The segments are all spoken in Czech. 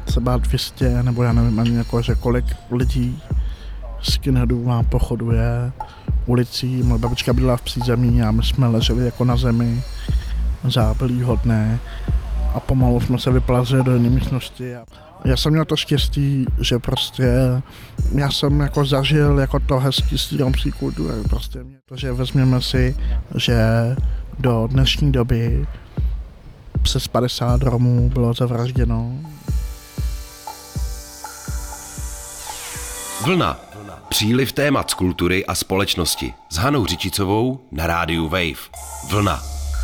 třeba 200, nebo já nevím ani jako, že kolik lidí skinheadů vám pochoduje ulicí. Moje babička byla v přízemí a my jsme leželi jako na zemi, zábylý hodné a pomalu jsme se vyplazili do jiné místnosti. Já jsem měl to štěstí, že prostě já jsem jako zažil jako to hezký z romské kultury. Prostě protože vezměme si, že do dnešní doby přes 50 Romů bylo zavražděno. Vlna. Příliv témat z kultury a společnosti s Hanou Řičicovou na rádiu Wave. Vlna.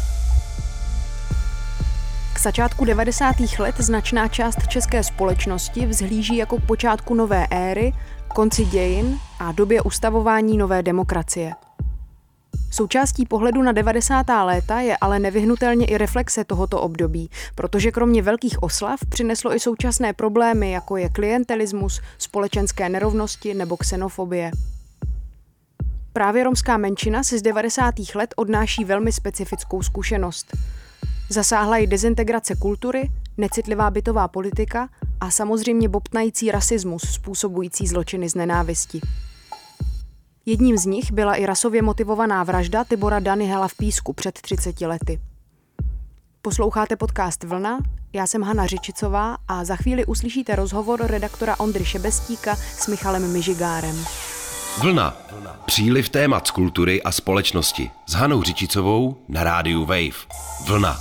K začátku 90. let značná část české společnosti vzhlíží jako k počátku nové éry, konci dějin a době ustavování nové demokracie. Součástí pohledu na 90. léta je ale nevyhnutelně i reflexe tohoto období, protože kromě velkých oslav přineslo i současné problémy, jako je klientelismus, společenské nerovnosti nebo xenofobie. Právě romská menšina si z 90. let odnáší velmi specifickou zkušenost. Zasáhla ji dezintegrace kultury, necitlivá bytová politika a samozřejmě bobtnající rasismus způsobující zločiny z nenávisti. Jedním z nich byla i rasově motivovaná vražda Tibora Danihela v Písku před 30 lety. Posloucháte podcast Vlna, já jsem Hana Řičicová a za chvíli uslyšíte rozhovor redaktora Ondry Šebestíka s Michalem Mižigárem. Vlna. Příliv témat z kultury a společnosti s Hanou Řičicovou na rádiu Wave. Vlna.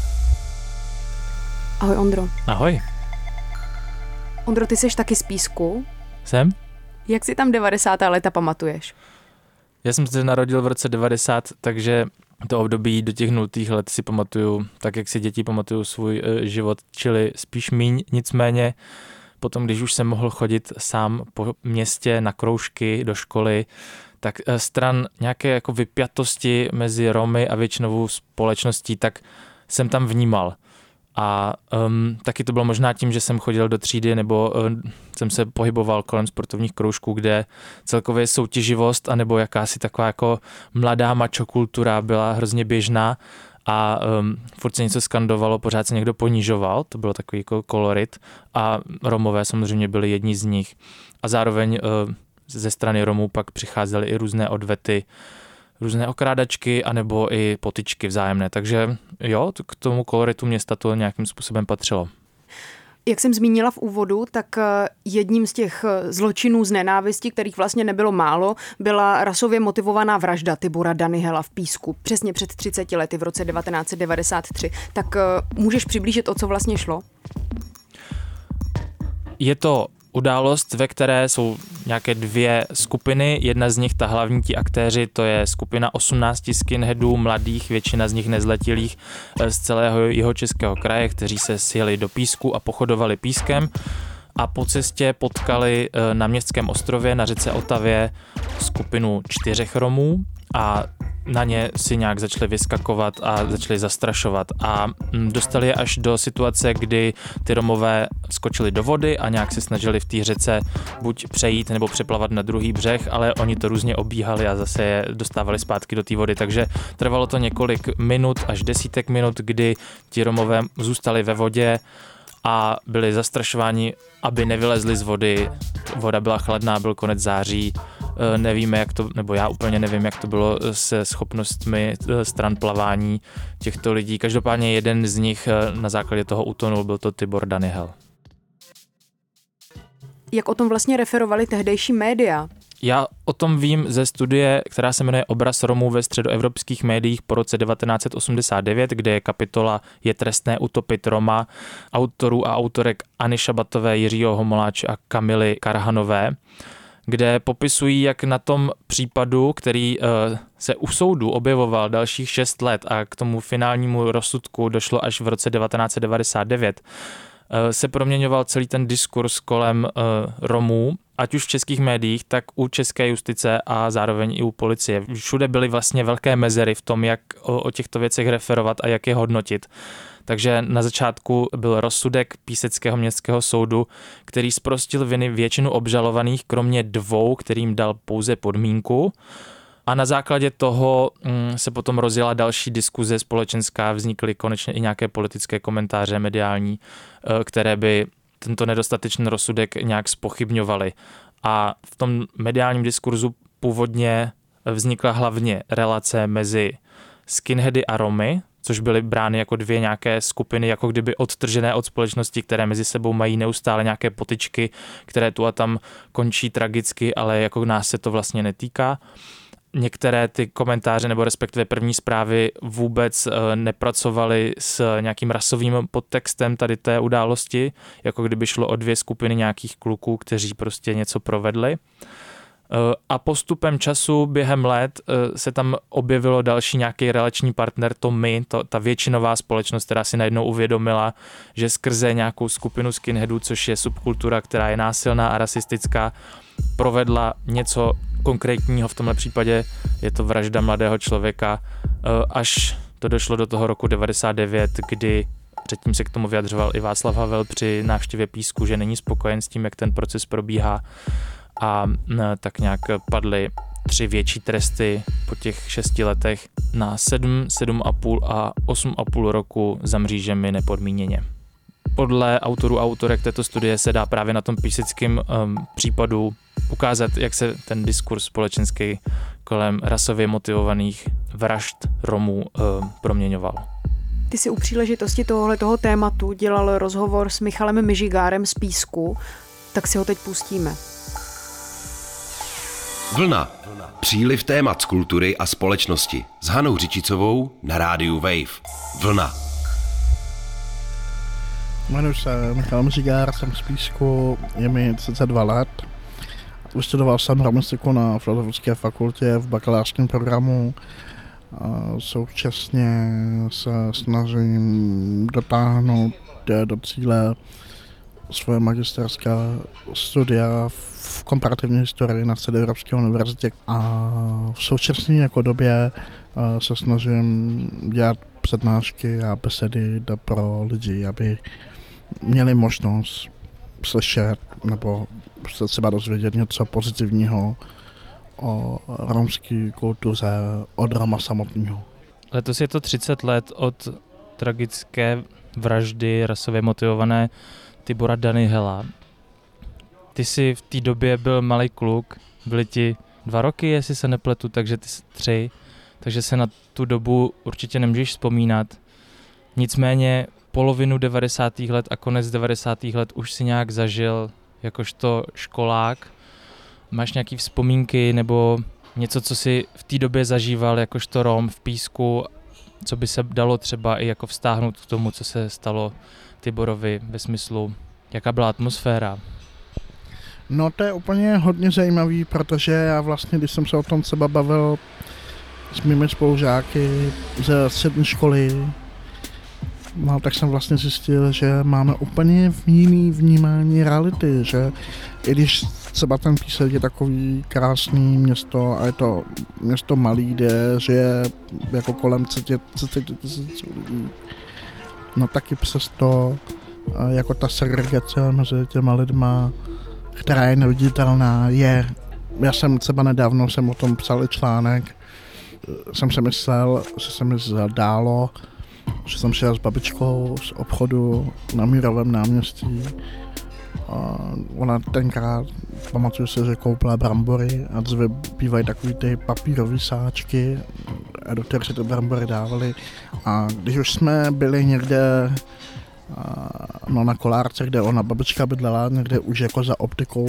Ahoj Ondro. Ahoj. Ondro, ty seš taky z Písku? Jsem? Jak si tam 90. léta pamatuješ? Já jsem se narodil v roce 90, takže to období do těch 0. let si pamatuju tak, jak si děti pamatují svůj život, čili spíš míň, nicméně potom, když už jsem mohl chodit sám po městě na kroužky do školy, tak stran nějaké jako vypjatosti mezi Romy a většinovou společností, tak jsem tam vnímal. A taky to bylo možná tím, že jsem chodil do třídy nebo jsem se pohyboval kolem sportovních kroužků, kde celkově soutěživost anebo jakási taková jako mladá mačokultura byla hrozně běžná a furt se něco skandovalo, pořád se někdo ponižoval, to bylo takový jako kolorit a Romové samozřejmě byli jedni z nich. A zároveň ze strany Romů pak přicházely i různé odvety, různé okrádačky anebo i potyčky vzájemné. Takže jo, k tomu koloritu města to nějakým způsobem patřilo. Jak jsem zmínila v úvodu, tak jedním z těch zločinů z nenávisti, kterých vlastně nebylo málo, byla rasově motivovaná vražda Tibora Danihela v Písku. Přesně před 30 lety v roce 1993. Tak můžeš přiblížit, o co vlastně šlo? Je to událost, ve které jsou nějaké dvě skupiny. Jedna z nich, ta hlavní, ti aktéři, to je skupina 18 skinheadů, mladých, většina z nich nezletilých z celého jihočeského kraje, kteří se sjeli do Písku a pochodovali Pískem a po cestě potkali na Městském ostrově na řece Otavě skupinu 4 Romů a na ně si nějak začali vyskakovat a začali zastrašovat a dostali je až do situace, kdy ty Romové skočili do vody a nějak se snažili v té řece buď přejít nebo přeplavat na druhý břeh, ale oni to různě obíhali a zase je dostávali zpátky do té vody, takže trvalo to několik minut až desítek minut, kdy ti Romové zůstali ve vodě a byli zastrašováni, aby nevylezli z vody. Voda byla chladná, byl konec září. Nevíme, jak to, nebo já úplně nevím, jak to bylo se schopnostmi stran plavání těchto lidí. Každopádně jeden z nich na základě toho utonul, byl to Tibor Danihel. Jak o tom vlastně referovali tehdejší média? Já o tom vím ze studie, která se jmenuje Obraz Romů ve středoevropských médiích po roce 1989, kde je kapitola Je trestné utopit Roma autorů a autorek Anny Šabatové, Jiřího Homoláče a Kamily Karhanové, kde popisují, jak na tom případu, který se u soudu objevoval dalších 6 let a k tomu finálnímu rozsudku došlo až v roce 1999, se proměňoval celý ten diskurs kolem Romů, ať už v českých médiích, tak u české justice a zároveň i u policie. Všude byly vlastně velké mezery v tom, jak o těchto věcech referovat a jak je hodnotit. Takže na začátku byl rozsudek Píseckého městského soudu, který zprostil viny většinu obžalovaných, kromě 2, kterým dal pouze podmínku. A na základě toho se potom rozjela další diskuze společenská, vznikly konečně i nějaké politické komentáře mediální, které by tento nedostatečný rozsudek nějak zpochybňovali. A v tom mediálním diskurzu původně vznikla hlavně relace mezi skinheady a Romy, což byly brány jako dvě nějaké skupiny, jako kdyby odtržené od společnosti, které mezi sebou mají neustále nějaké potyčky, které tu a tam končí tragicky, ale jako nás se to vlastně netýká. Některé ty komentáře nebo respektive první zprávy vůbec nepracovaly s nějakým rasovým podtextem tady té události, jako kdyby šlo o dvě skupiny nějakých kluků, kteří prostě něco provedli. A postupem času během let se tam objevilo další nějaký relační partner, ta většinová společnost, která si najednou uvědomila, že skrze nějakou skupinu skinheadů, což je subkultura, která je násilná a rasistická, provedla něco konkrétního, v tomhle případě je to vražda mladého člověka, až to došlo do toho roku 99, kdy předtím se k tomu vyjadřoval i Václav Havel při návštěvě Písku, že není spokojen s tím, jak ten proces probíhá, a tak nějak padly 3 větší tresty po těch 6 letech na 7, 7,5 a 8,5 roku za mřížemi nepodmíněně. Podle autorů a autorek této studie se dá právě na tom píseckém případu ukázat, jak se ten diskurs společenský kolem rasově motivovaných vražd Romů proměňoval. Ty si u příležitosti tohoto tématu dělal rozhovor s Michalem Mižigárem z Písku, tak si ho teď pustíme. Vlna. Příliv témat z kultury a společnosti s Hanou Řičicovou na rádiu Wave. Vlna. Jmenuji se Michal Mižigár, jsem z Písku, je mi 32 let. Vystudoval jsem romistiku na Filozofické fakultě v bakalářském programu. Současně se snažím dotáhnout do cíle svoje magisterské studia v komparativní historii na Středoevropské univerzitě a v současné době se snažím dělat přednášky a besedy pro lidi, aby měli možnost slyšet nebo se třeba dozvědět něco pozitivního o romské kultuře od Roma samotného. Letos je to 30 let od tragické vraždy rasově motivované Tibora Danihela. Ty jsi v té době byl malý kluk, byly ti 2 roky, jestli se nepletu, takže ty jsi 3, takže se na tu dobu určitě nemůžeš vzpomínat. Nicméně polovinu 90. let a konec 90. let už si nějak zažil jakožto školák. Máš nějaký vzpomínky nebo něco, co si v té době zažíval jakožto Rom v Písku, co by se dalo třeba i jako vztáhnout k tomu, co se stalo Tiborovi ve smyslu, jaká byla atmosféra? No to je úplně hodně zajímavý, protože já vlastně, když jsem se o tom třeba bavil s mými spolužáky ze střední školy, no, tak jsem vlastně zjistil, že máme úplně jiný vnímání reality, že i když třeba ten Písek je takový krásný město a je to město malý, kde žije jako kolem 30 tisíc lidí, no taky přesto jako ta segregace mezi těma lidma, která je neviditelná, je. Já jsem třeba nedávno o tom psal i článek, jsem si myslel, že se mi zdálo, že jsem šel s babičkou z obchodu na Mírovém náměstí. A ona tenkrát, pamatuju si, že koupila brambory a dříve bývají takový ty papírové sáčky, do kterých se ty brambory dávaly. A když už jsme byli někde na Kolárce, kde ona babička bydlela, někde už jako za optikou,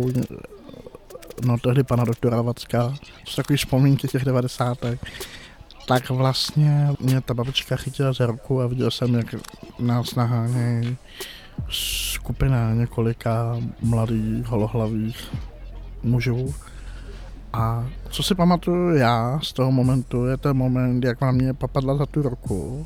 no tehdy pana doktora Vacka, to jsou takový vzpomínky těch 90. Tak vlastně mě ta babička chytila za ruku a viděl jsem, jak nás nahánějí skupina několika mladých holohlavých mužů. A co si pamatuju já z toho momentu, je ten moment, jak na mě popadla za tu ruku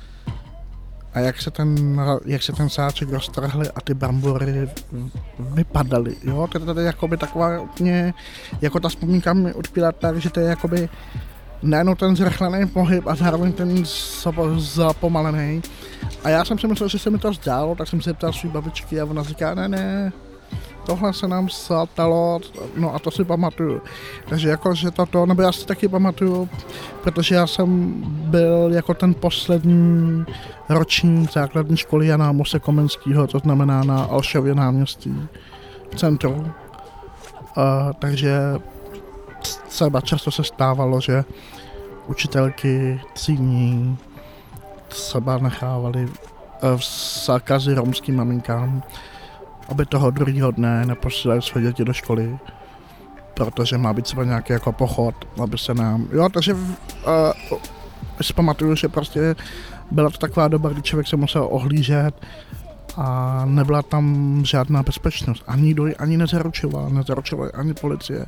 a jak se ten sáček roztrhli a ty brambory vypadaly. Jo? To je jakoby taková úplně, jako ta vzpomínka mi utkvěla tak, že to je jakoby najednou ten zrychlený pohyb a zároveň ten zapomalený. A já jsem si myslel, že se mi to zdálo, tak jsem se ptal svý babičky a ona říká, ne, tohle se nám stalo, no a to si pamatuju. Takže jako, že nebo já si taky pamatuju, protože já jsem byl jako ten poslední ročník základní školy Jana Amose Komenského, to znamená na Alšově náměstí v centru. Takže třeba často se stávalo, že učitelky třídní třeba nechávali zákazy romským maminkám, aby toho druhého dne neposílali své děti do školy, protože má být třeba nějaký jako pochod, aby se nám... Jo, takže si pamatuju, že prostě byla to taková doba, kdy člověk se musel ohlížet a nebyla tam žádná bezpečnost. A nikdo ji ani nezaručoval ani policie.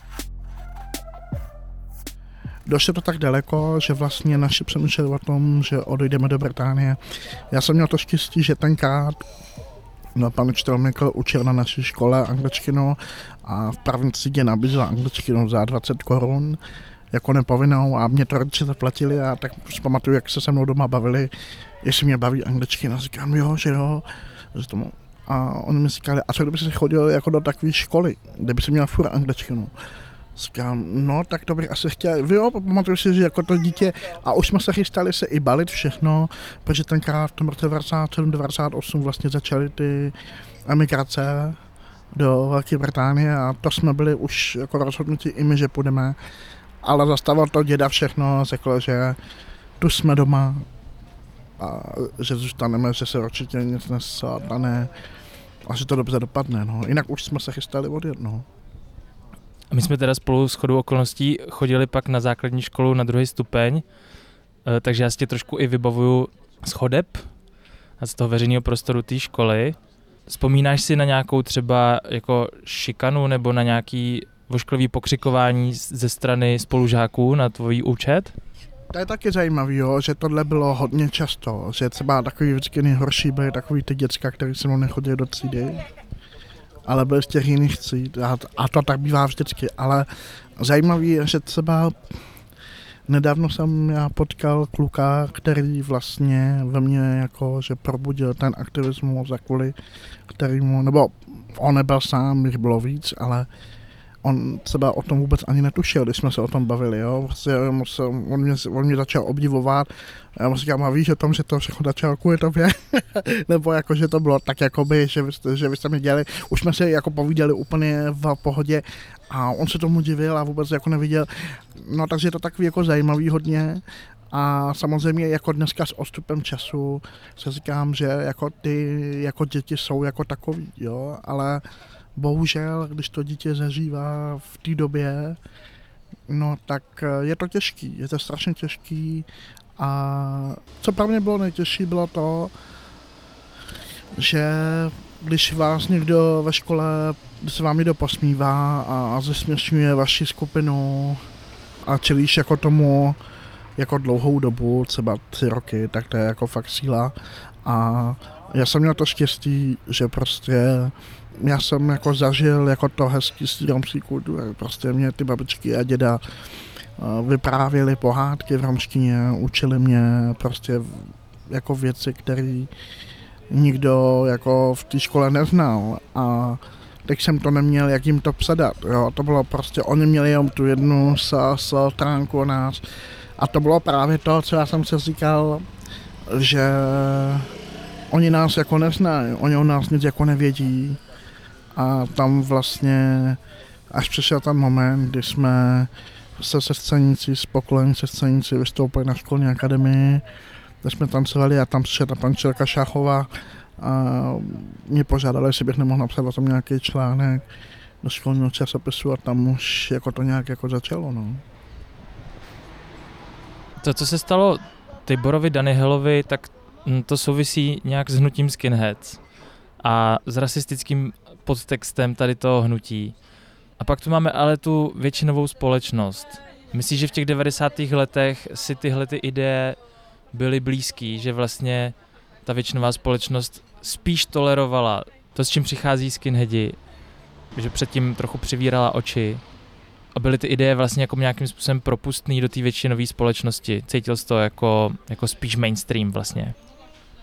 Došlo to tak daleko, že vlastně naši přemýšleli o tom, že odejdeme do Británie. Já jsem měl to štěstí, že tenkrát pan učitel Mikl učil na naší škole angličtinu a v první třídě nabízel angličtinu za 20 korun jako nepovinnou a mě to rodiče zaplatili a tak si pamatuju, jak se se mnou doma bavili, jestli mě baví angličtina. Říkám, že jo. A oni mi říkali, a co kdyby jsi chodil jako do takové školy, kde by si měl furt angličtinu. Říkám, no tak to bych asi chtěl, jo, pamatuju si, že jako to dítě, a už jsme se chystali se i balit všechno, protože tenkrát v tom roce 97-98 vlastně začaly ty emigrace do Velké Británie a to jsme byli už jako rozhodnutí i my, že půjdeme, ale zastavil to děda všechno, řekl, že tu jsme doma a že zůstaneme, že se určitě nic nestane a že to dobře dopadne, no. Jinak už jsme se chystali odjet, no. A my jsme teda spolu s shodou okolností chodili pak na základní školu na 2. stupeň, takže já si tě trošku i vybavuju z chodeb a z toho veřejného prostoru té školy. Vzpomínáš si na nějakou třeba jako šikanu nebo na nějaký vošklivý pokřikování ze strany spolužáků na tvůj účet? To je taky zajímavý, jo, že tohle bylo hodně často, že třeba takový vždycky nejhorší byly takový ty děcka, který se mnou nechodili do třídy, ale byly z těch jiných tříd a to tak bývá vždycky, ale zajímavý je, že třeba nedávno jsem já potkal kluka, který vlastně ve mně jako, že probudil ten aktivismus, kvůli kterému, nebo on nebyl sám, jich bylo víc, ale on třeba o tom vůbec ani netušil, když jsme se o tom bavili, jo. Vlastně on mě začal obdivovat a já mu říkám, a víš o tom, že to všechno začalo kvůli tobě? Nebo jako, že to bylo tak jakoby, že vy jste mi dělali, už jsme se jako povídali úplně v pohodě a on se tomu divil a vůbec jako neviděl. No takže je to takový jako zajímavý hodně a samozřejmě jako dneska s odstupem času se říkám, že jako ty jako děti jsou jako takový, jo, ale bohužel, když to dítě zažívá v té době, no tak je to těžký, je to strašně těžký a co pro mě bylo nejtěžší, bylo to, že když vás někdo ve škole, když se vám někdo posmívá a zesměšňuje vaši skupinu a čelíš jako tomu jako dlouhou dobu, třeba 3 roky, tak to je jako fakt síla a já jsem měl to štěstí, že prostě já jsem jako zažil jako to hezký z romské kultury, prostě mě ty babičky a děda vyprávěli pohádky v romštině, učili mě prostě jako věci, které nikdo jako v té škole neznal a teď jsem to neměl, jak jim to předat, jo, to bylo prostě, oni měli jenom tu jednu stránku o nás a to bylo právě to, co já jsem si říkal, že oni nás jako neznají, oni o nás nic jako nevědí. A tam vlastně, až přišel ten moment, kdy jsme se scénicí, spokojení se scénicí vystoupili na školní akademii, kde jsme tancovali a tam přišla ta paní Čelka Šáchová a mě požádala, jestli bych nemohl napsat o tom nějaký článek do školního časopisu a tam už jako to nějak jako začalo, no. To, co se stalo Tiborovi Danyhelovi, tak to souvisí nějak s hnutím skinheads a s rasistickým podtextem tady toho hnutí. A pak tu máme ale tu většinovou společnost. Myslíš, že v těch 90. letech si tyhle ty ideje byly blízký, že vlastně ta většinová společnost spíš tolerovala to, s čím přichází skinheadi, že předtím trochu přivírala oči a byly ty ideje vlastně jako nějakým způsobem propustný do té většinové společnosti. Cítil jsi to jako spíš mainstream vlastně?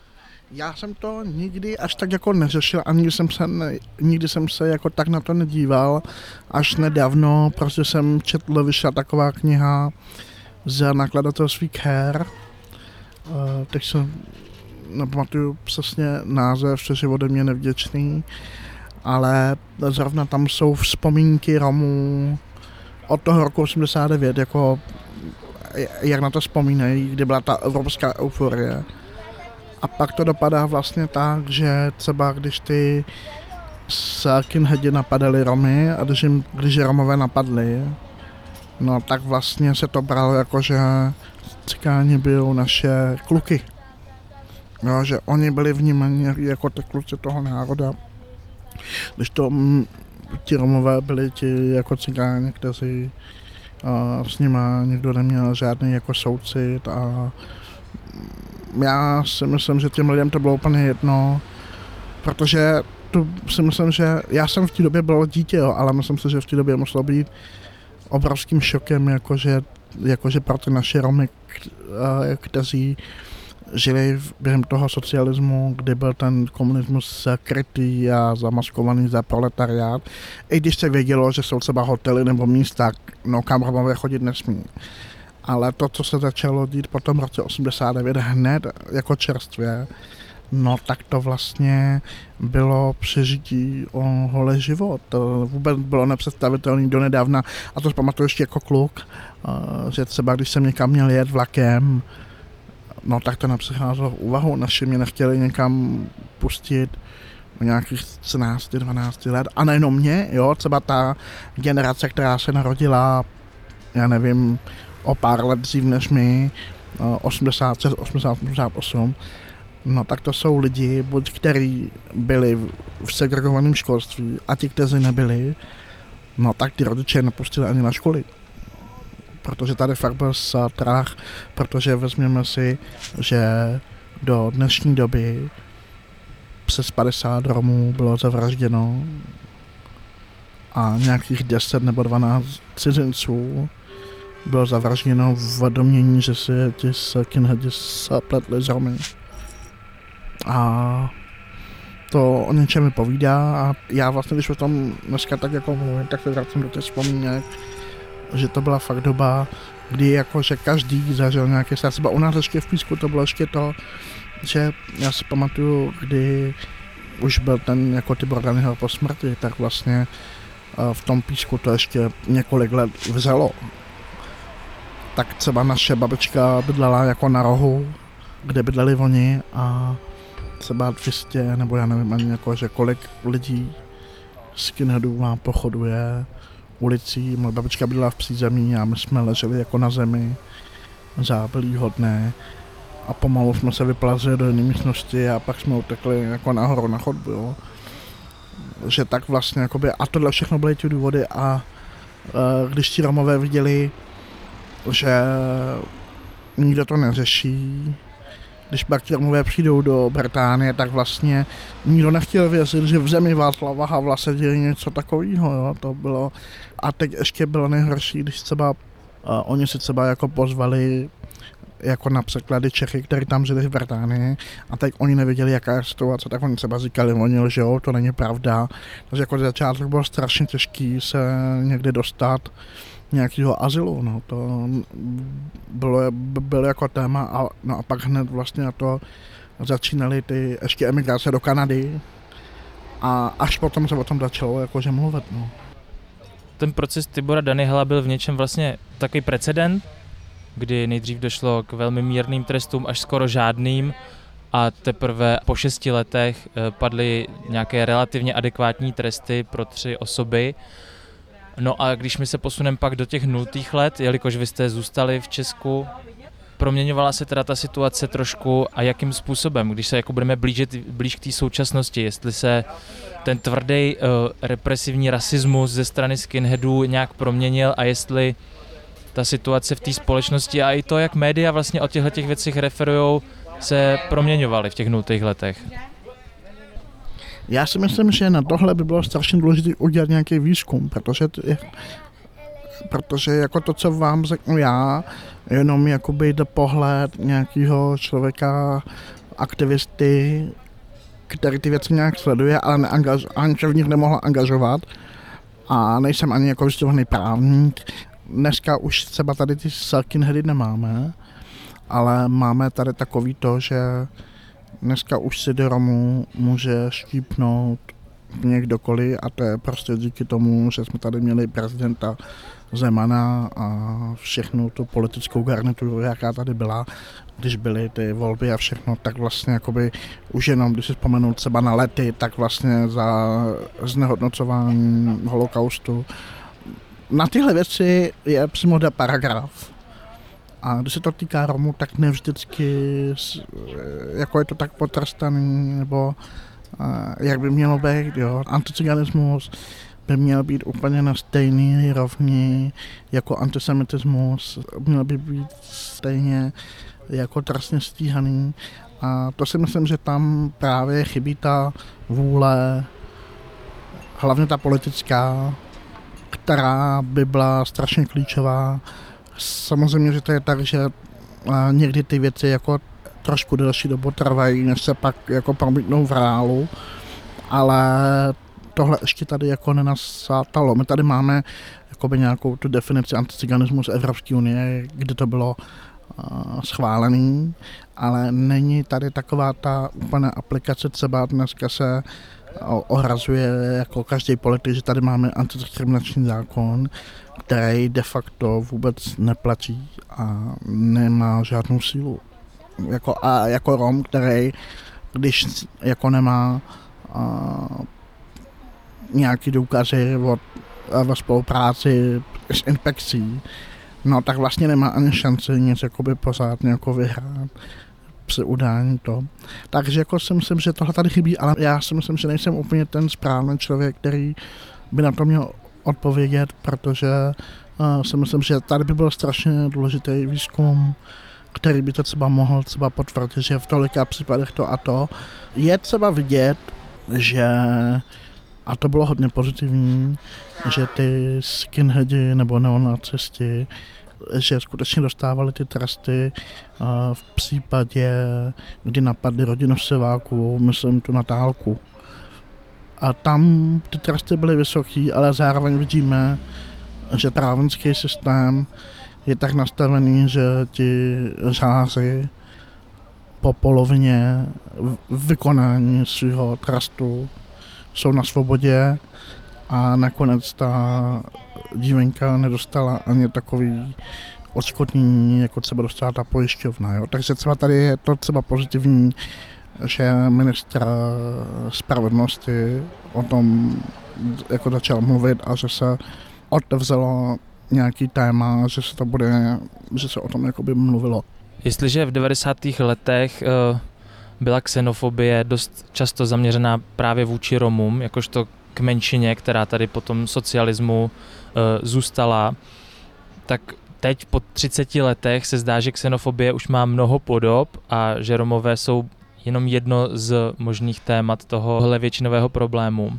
Já jsem to nikdy až tak jako neřešil a nikdy jsem se jako tak na to nedíval. Až nedávno prostě jsem četl, vyšla taková kniha z nakladatelství Care. Teď se nepamatuju přesně název, což je ode mě nevděčný, ale zrovna tam jsou vzpomínky Romů od toho roku 89, jako jak na to vzpomínají, kdy byla ta evropská euforie. A pak to dopadá vlastně tak, že třeba když ty skinheadi napadali Romy a když Romové napadli, no tak vlastně se to bralo jako, že cikáni byli naše kluky. No, že oni byli vnímaní jako ty kluci toho národa. Když to ti Romové byli ti jako cikáni, kteří s nima nikdo neměl žádný jako soucit a já si myslím, že těm lidem to bylo úplně jedno, protože tu si myslím, že já jsem v té době byl dítě, jo, ale myslím si, že v té době muselo být obrovským šokem, jakože pro ty naše Romy, kteří žili během toho socialismu, kdy byl ten komunismus zakrytý a zamaskovaný za proletariát, i když se vědělo, že jsou třeba hotely nebo místa, no kam Romové chodit nesmí. Ale to, co se začalo dít po tom roce 89 hned jako čerstvě, no tak to vlastně bylo přežití o holý život. To vůbec bylo nepředstavitelné do nedávna. A to pamatuju ještě jako kluk, že třeba když jsem někam měl jet vlakem, no tak to nepřicházelo v úvahu. Naši mě nechtěli někam pustit o nějakých 13-12 let. A nejenom mě, jo, třeba ta generace, která se narodila, já nevím, o pár let dřív než my, 88, no tak to jsou lidi, buď kteří byli v segregovaném školství a ti, kteří nebyli, no tak ty rodiče nepustili ani na školy. Protože tady fakt byl strach, protože vezměme si, že do dnešní doby přes 50 Romů bylo zavražděno a nějakých 10 nebo 12 cizinců bylo zavražděno v domnění, že se ti skinheadi spletli z Romy. A to o něčem mi povídá a já vlastně, když o tom dneska tak jako mluvím, tak se vracím do těch vzpomínek, že to byla fakt doba, kdy jakože každý zažil nějaké stát. Třeba u nás ještě v Písku to bylo ještě to, že já si pamatuju, kdy už byl ten jako Tibor Danyhel po smrti, tak vlastně v tom Písku to ještě několik let vzalo. Tak třeba naše babička bydlela jako na rohu, kde bydleli oni a třeba 200, nebo já nevím ani jako, že kolik lidí skinheadů vám pochoduje ulicí. Moje babička bydlela v přízemí a my jsme leželi jako na zemi zábylýho dne a pomalu jsme se vyplazili do jiné místnosti a pak jsme utekli jako nahoru na chodbu, jo. Že tak vlastně jakoby, a tohle všechno byly ty důvody a když ti Romové viděli, že nikdo to neřeší, když pak ti Romové přijdou do Británie, tak vlastně nikdo nechtěl věřit, že v zemi Václava Havla se děje něco takového, jo, to bylo. A teď ještě bylo nejhorší, když třeba oni si třeba jako pozvali jako na překlady Čechy, kteří tam žili v Británii a teď oni nevěděli, jaká je situace, tak oni třeba říkali, oni lžou, to není pravda. Takže jako začátek bylo strašně těžký se někdy dostat nějakého azylu, no, to bylo jako téma a, no a pak hned vlastně na to začínaly ty ještě emigrace do Kanady a až potom se o tom začalo jakože mluvit, no. Ten proces Tibora Danyhela byl v něčem vlastně takový precedent, kdy nejdřív došlo k velmi mírným trestům až skoro žádným a teprve po 6 letech padly nějaké relativně adekvátní tresty pro 3 osoby. No a když my se posuneme pak do těch 0. let, jelikož vy jste zůstali v Česku, proměňovala se teda ta situace trošku a jakým způsobem, když se jako budeme blíž k té současnosti, jestli se ten tvrdý represivní rasismus ze strany skinheadů nějak proměnil a jestli ta situace v té společnosti a i to, jak média vlastně o těchto věcech referujou, se proměňovaly v těch 0. letech. Já si myslím, že na tohle by bylo strašně důležité udělat nějaký výzkum, protože jako to, co vám řeknu já, jenom jakoby jde pohled nějakého člověka aktivisty, který ty věci nějak sleduje, ale ani se v nich nemohla angažovat. A nejsem ani jako vystudovaný právník. Dneska už třeba tady ty skinheady nemáme, ale máme tady takový to, že dneska už si do Romů může štípnout někdokoliv a to je prostě díky tomu, že jsme tady měli prezidenta Zemana a všechnu tu politickou garnituru, jaká tady byla, když byly ty volby a všechno, tak vlastně jakoby už jenom, když si vzpomenu třeba na lety, tak vlastně za znehodnocování holokaustu. Na tyhle věci je přímo paragraf. A když se to týká Romů, tak ne vždycky jako je to tak potrestaný, nebo jak by mělo být, jo. Anticiganismus by měl být úplně na stejný rovni jako antisemitismus, měl by být stejně jako trestně stíhaný. A to si myslím, že tam právě chybí ta vůle, hlavně ta politická, která by byla strašně klíčová. Samozřejmě, že to je tak, že někdy ty věci jako trošku delší dobu trvají, než se pak jako promítnou v reálu, ale tohle ještě tady jako nenasátalo. My tady máme jakoby nějakou tu definici anticiganismu z Evropské unie, kde to bylo schválený, ale není tady taková ta úplná aplikace, třeba dneska se ohrazuje jako každý politik, že tady máme antidiskriminační zákon, který de facto vůbec neplatí a nemá žádnou sílu. Jako Rom, který když jako nemá nějaký důkazy ve spolupráci s inspekcí, no tak vlastně nemá ani šanci nic jakoby pořádně jako vyhrát při udání to. Takže jako si myslím, že tohle tady chybí, ale já si myslím, že nejsem úplně ten správný člověk, který by na to měl odpovědět, protože si myslím, že tady by byl strašně důležitý výzkum, který by to třeba mohl třeba potvrdit, že v tolika případech to a to. Je třeba vidět, že, a to bylo hodně pozitivní, že ty skinheadi nebo neonacisti, že skutečně dostávali ty tresty v případě, kdy napadli rodinu Siváků, myslím tu Natálku. A tam ty tresty byly vysoký, ale zároveň vidíme, že právnický systém je tak nastavený, že ti řáři po polovině vykonání svého trestu jsou na svobodě a nakonec ta dívenka nedostala ani takový odškodnění, jako třeba dostala ta pojišťovna. Jo? Takže třeba tady je to třeba pozitivní, že ministr spravedlnosti o tom jako začal mluvit a že se otevřelo nějaký téma, že se o tom jakoby mluvilo. Jestliže v 90. letech byla xenofobie dost často zaměřená právě vůči Romům, jakožto k menšině, která tady po tom socialismu zůstala, tak teď po 30 letech se zdá, že xenofobie už má mnoho podob a že Romové jsou jenom jedno z možných témat tohohle většinového problému.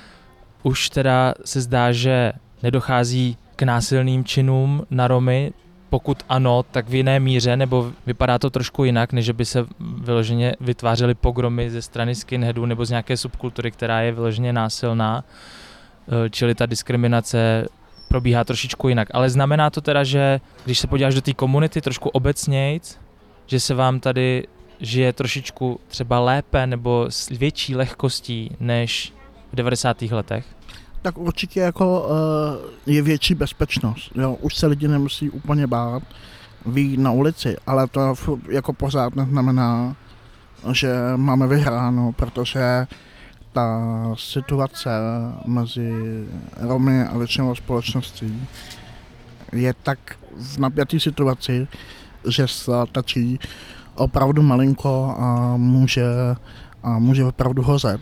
Už teda se zdá, že nedochází k násilným činům na Romy, pokud ano, tak v jiné míře, nebo vypadá to trošku jinak, než by se vyloženě vytvářely pogromy ze strany skinheadů nebo z nějaké subkultury, která je vyloženě násilná, čili ta diskriminace probíhá trošičku jinak. Ale znamená to teda, že když se podíváš do té komunity trošku obecnějc, že se vám tady žije trošičku třeba lépe nebo s větší lehkostí než v 90. letech? Tak určitě jako je větší bezpečnost. Jo? Už se lidi nemusí úplně bát vyjít na ulici, ale to jako pořád neznamená, že máme vyhráno, protože ta situace mezi Romy a většinou společností je tak v napjaté situaci, že se tačí opravdu malinko a může opravdu hořet.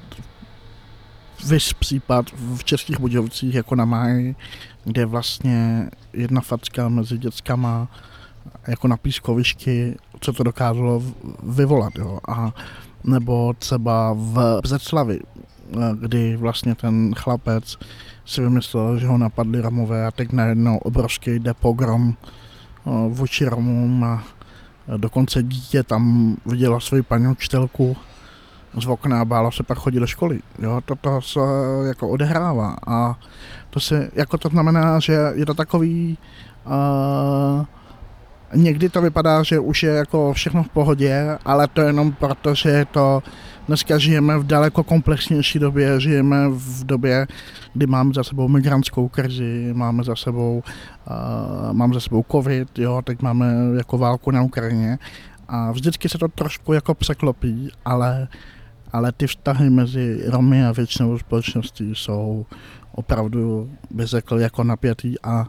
Vys případ v Českých Budějovicích jako na Máji, kde vlastně jedna facka mezi dětskama jako na pískovišti, co to dokázalo vyvolat. Jo? A nebo třeba v Břeclavi, kdy vlastně ten chlapec si vymyslel, že ho napadli Romové a teď najednou obrovský jde pogrom vůči Romům a Dokonce dítě tam vidělo svoji paní učitelku z okna a bálo se pak chodit do školy. Jo, toto se jako odehrává a to znamená, že je to takový, někdy to vypadá, že už je jako všechno v pohodě, ale to jenom proto, že dneska žijeme v daleko komplexnější době, žijeme v době, kdy máme za sebou migrantskou krizi, máme za sebou covid, jo, teď máme jako válku na Ukrajině a vždycky se to trošku jako překlopí, ale ty vztahy mezi Romy a většinou společností jsou opravdu, bych řekl, jako napjatý a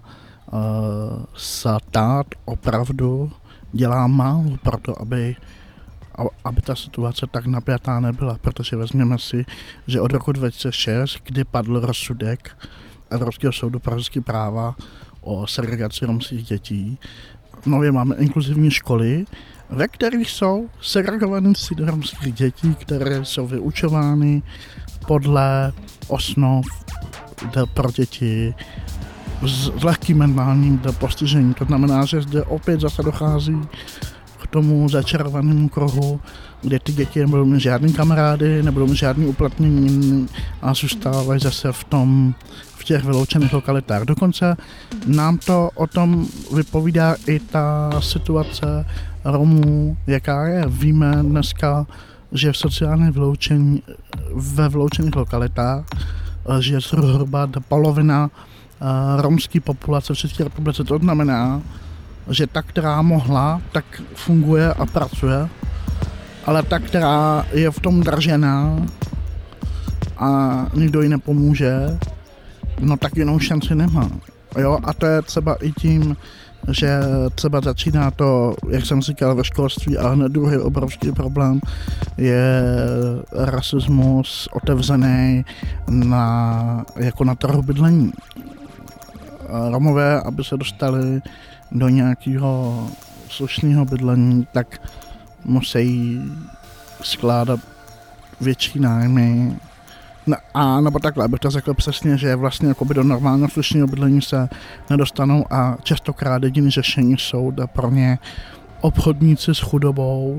stát opravdu dělá málo pro to, aby ta situace tak napjatá nebyla, protože vezměme si, že od roku 2006, kdy padl rozsudek Evropského soudu pro lidské práva o segregaci romských dětí, nově máme inkluzivní školy, ve kterých jsou segregované třídy romských dětí, které jsou vyučovány podle osnov pro děti s lehkým mentálním postižením. To znamená, že zde opět zase dochází k tomu začarovanému kruhu, kde ty děti nebudou mít žádný kamarády, nebudou mít žádný uplatnění a zůstávají zase v těch vyloučených lokalitách. Dokonce nám to o tom vypovídá i ta situace Romů, jaká je. Víme dneska, že v sociálním vyloučení ve vyloučených lokalitách žije zhruba polovina romské populace v České republice. To znamená, že ta, která mohla, tak funguje a pracuje, ale ta, která je v tom držená a nikdo jí nepomůže, no tak jinou šanci nemá. Jo? A to je třeba i tím, že třeba začíná to, jak jsem říkal, ve školství, a hned druhý obrovský problém je rasismus otevřený jako na trhu bydlení. Romové, aby se dostali do nějakého slušného bydlení, tak musí skládat větší nájmy. Nebo takhle, abych to řekl přesně, že vlastně jakoby do normálního slušného bydlení se nedostanou a častokrát jediné řešení jsou pro ně obchodníci s chudobou.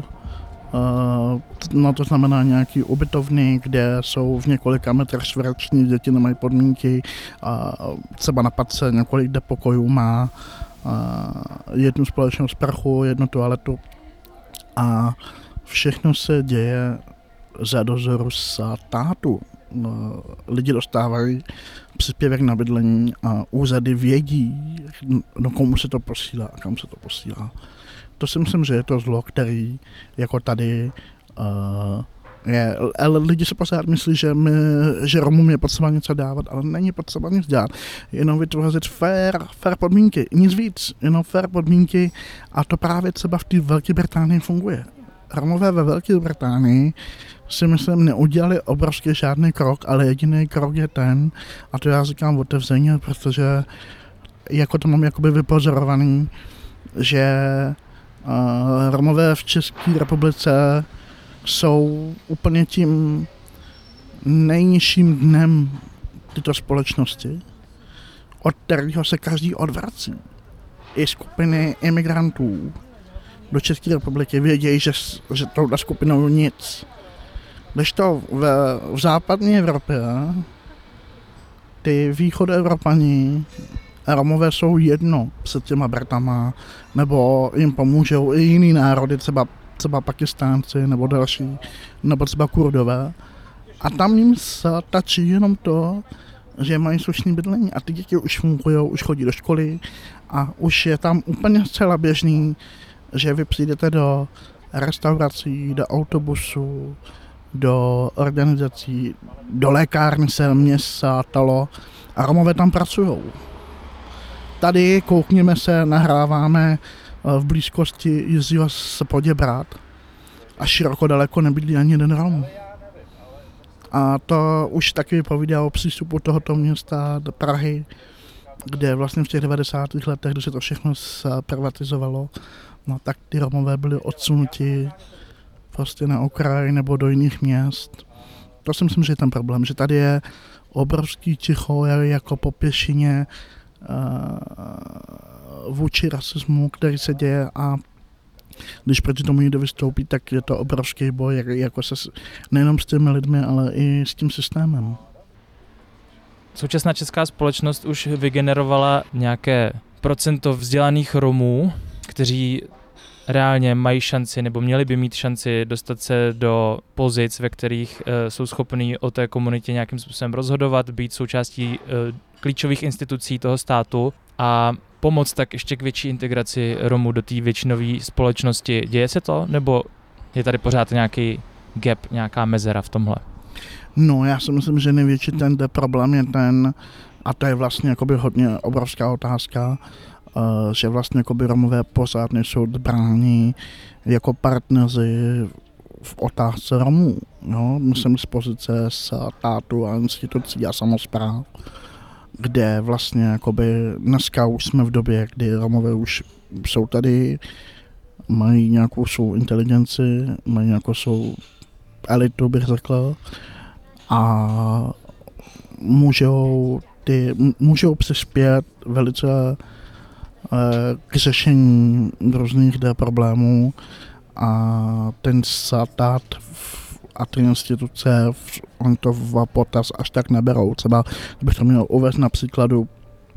To znamená nějaký ubytovny, kde jsou v několika metrech čtverečních, děti nemají podmínky, třeba na patce několik pokojů má, jednu společnou sprchu, jednu toaletu a všechno se děje za dozoru státu. Lidi dostávají příspěvek na bydlení a úřady vědí, komu se to posílá a kam se to posílá. To si myslím, že je to zlo, který jako tady je. Ale lidi se pořád myslí, že Romům je potřeba něco dávat, ale není potřeba nic dát. Jenom vytvořit fair podmínky, nic víc, jenom fair podmínky a to právě třeba v té Velké Británii funguje. Romové ve Velké Británii si myslím neudělali obrovský žádný krok, ale jediný krok je ten, a to já říkám otevřeně, protože jako to mám jakoby vypozorovaný, že Romové v České republice jsou úplně tím nejnižším dnem této společnosti, od kterého se každý odvrací. I skupiny imigrantů do České republiky vědějí, že touhle skupinou nic. Když to v západní Evropě, ty východoevropani a Romové jsou jedno před těma Britama, nebo jim pomůžou i jiný národy, třeba Pakistánci nebo další, nebo třeba Kurdové. A tam jim stačí jenom to, že mají slušný bydlení a ty děti už fungují, už chodí do školy a už je tam úplně zcela běžný, že vy přijdete do restaurací, do autobusu, do organizací, do lékárny se města Talo a Romové tam pracují. Tady, koukněme se, nahráváme v blízkosti Jiřího z Poděbrad a široko daleko nebydlí ani jeden Rom. A to už taky vypovídá o přístupu tohoto města do Prahy, kde vlastně v těch 90. letech, kdy se to všechno privatizovalo, no tak ty Romové byli odsunuti prostě na okraj nebo do jiných měst. To si myslím, že je ten problém, že tady je obrovský ticho jako po pěšině vůči rasismu, který se děje a když proti tomu někdo vystoupí, tak je to obrovský boj, jako se nejenom s těmi lidmi, ale i s tím systémem. Současná česká společnost už vygenerovala nějaké procento vzdělaných Romů, kteří reálně mají šanci nebo měli by mít šanci dostat se do pozic, ve kterých jsou schopní o té komunitě nějakým způsobem rozhodovat, být součástí klíčových institucí toho státu a pomoct tak ještě k větší integraci Romů do té většinové společnosti. Děje se to, nebo je tady pořád nějaký gap, nějaká mezera v tomhle? No, já si myslím, že největší ten problém je ten, a to je vlastně jakoby hodně obrovská otázka, že vlastně jakoby Romové pořád nejsou bráni jako partneři v otázce Romů. No, myslím z pozice státu a institucí a samospráv, kde vlastně jakoby dneska už jsme v době, kdy Romové už jsou tady, mají nějakou svou inteligenci, mají nějakou svou elitu, bych řekl, a můžou přispět velice k řešení různých problémů a ten stát a ty instituce on to v potaz až tak neberou. Třeba, kdybych to měl uvést na příkladu,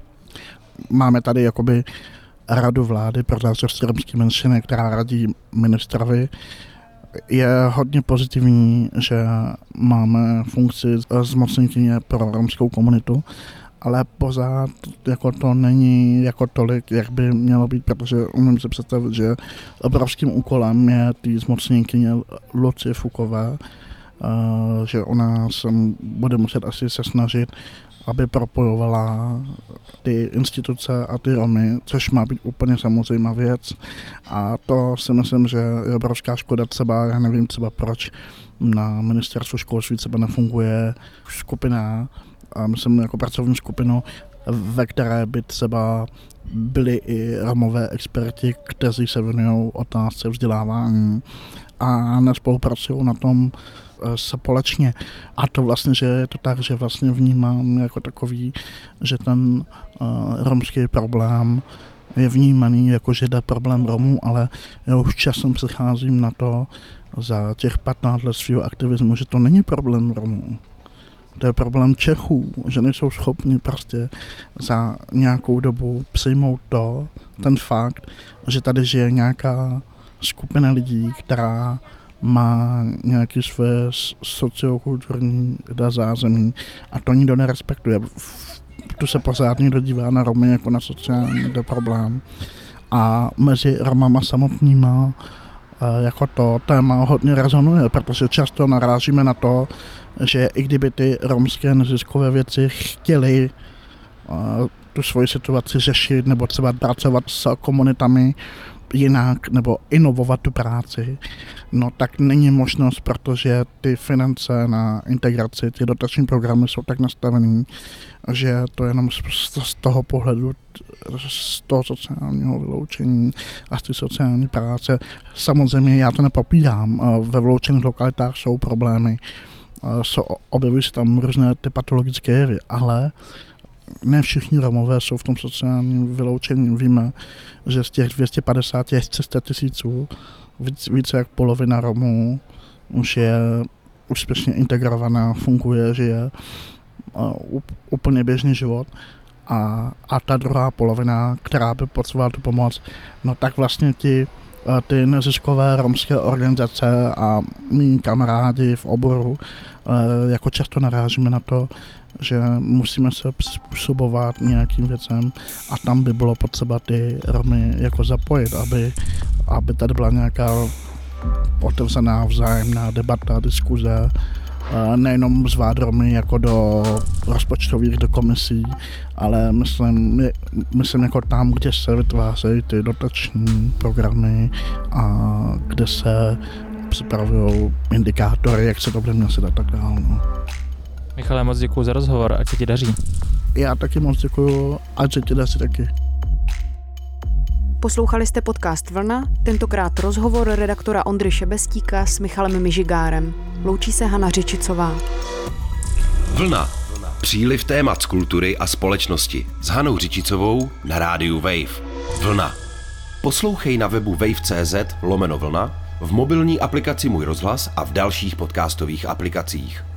máme tady jakoby radu vlády pro záležitosti romské menšiny, která radí ministrovi. Je hodně pozitivní, že máme funkci zmocněnkyně pro romskou komunitu, ale pořád jako to není jako tolik, jak by mělo být, protože umím si představit, že obrovským úkolem je ty zmocněnkyně Lucie Fukové, že ona se bude muset asi se snažit, aby propojovala ty instituce a ty Romy, což má být úplně samozřejmá věc. A to si myslím, že je obrovská škoda třeba, já nevím třeba proč na ministerstvu školství třeba nefunguje skupina, a myslím jako pracovní skupinu, ve které by třeba byli i Romové experti, kteří se věnují otázce vzdělávání a nespolupracují na tom společně. A to vlastně, že je to tak, že vlastně vnímám jako takový, že ten romský problém je vnímaný jako, že jde problém Romů, ale já už časem přicházím na to za těch 15 let svého aktivismu, že to není problém Romů. To je problém Čechů, že nejsou schopni prostě za nějakou dobu přijmout ten fakt, že tady žije nějaká skupina lidí, která má nějaké své sociokulturní zázemí a to nikdo nerespektuje. Tu se pořád někdo dívá na Romy jako na sociální problém a mezi Romama samotnýma jako to téma hodně rezonuje, protože často narážíme na to, že i kdyby ty romské neziskové věci chtěly tu svoji situaci řešit nebo třeba pracovat s komunitami jinak nebo inovovat tu práci, no tak není možnost, protože ty finance na integraci, ty dotační programy jsou tak nastavený, že to jenom z toho pohledu, z toho sociálního vyloučení a z té sociální práce. Samozřejmě já to nepopírám, ve vyloučených lokalitách jsou problémy, objevují se tam různé ty patologické jevy, ale ne všichni Romové jsou v tom sociálním vyloučení. Víme, že z těch 250 až 300 tisíců více jak polovina Romů už je úspěšně integrovaná, funguje, žije úplně běžný život. A ta druhá polovina, která by potřebovala tu pomoc, no tak vlastně ty neziskové romské organizace a mý kamarádi v oboru jako často narážíme na to, že musíme se přizpůsobovat nějakým věcem a tam by bylo potřeba ty Romy jako zapojit, aby tady byla nějaká otevřená vzájemná debata, diskuze, nejenom zvát Romy jako do rozpočtových, do komisí, ale myslím jako tam, kde se vytvářejí ty dotační programy a kde se připravují indikátory, jak se to bude měsit a tak dále. No. Michale, moc děkuju za rozhovor, ať se ti daří. Já taky moc děkuju, ať se ti daří taky. Poslouchali jste podcast Vlna, tentokrát rozhovor redaktora Ondry Šebestíka s Michalem Mižigárem. Loučí se Hana Řičicová. Vlna. Příliv témat z kultury a společnosti s Hanou Řičicovou na rádiu Wave. Vlna. Poslouchej na webu wave.cz/vlna, v mobilní aplikaci Můj rozhlas a v dalších podcastových aplikacích.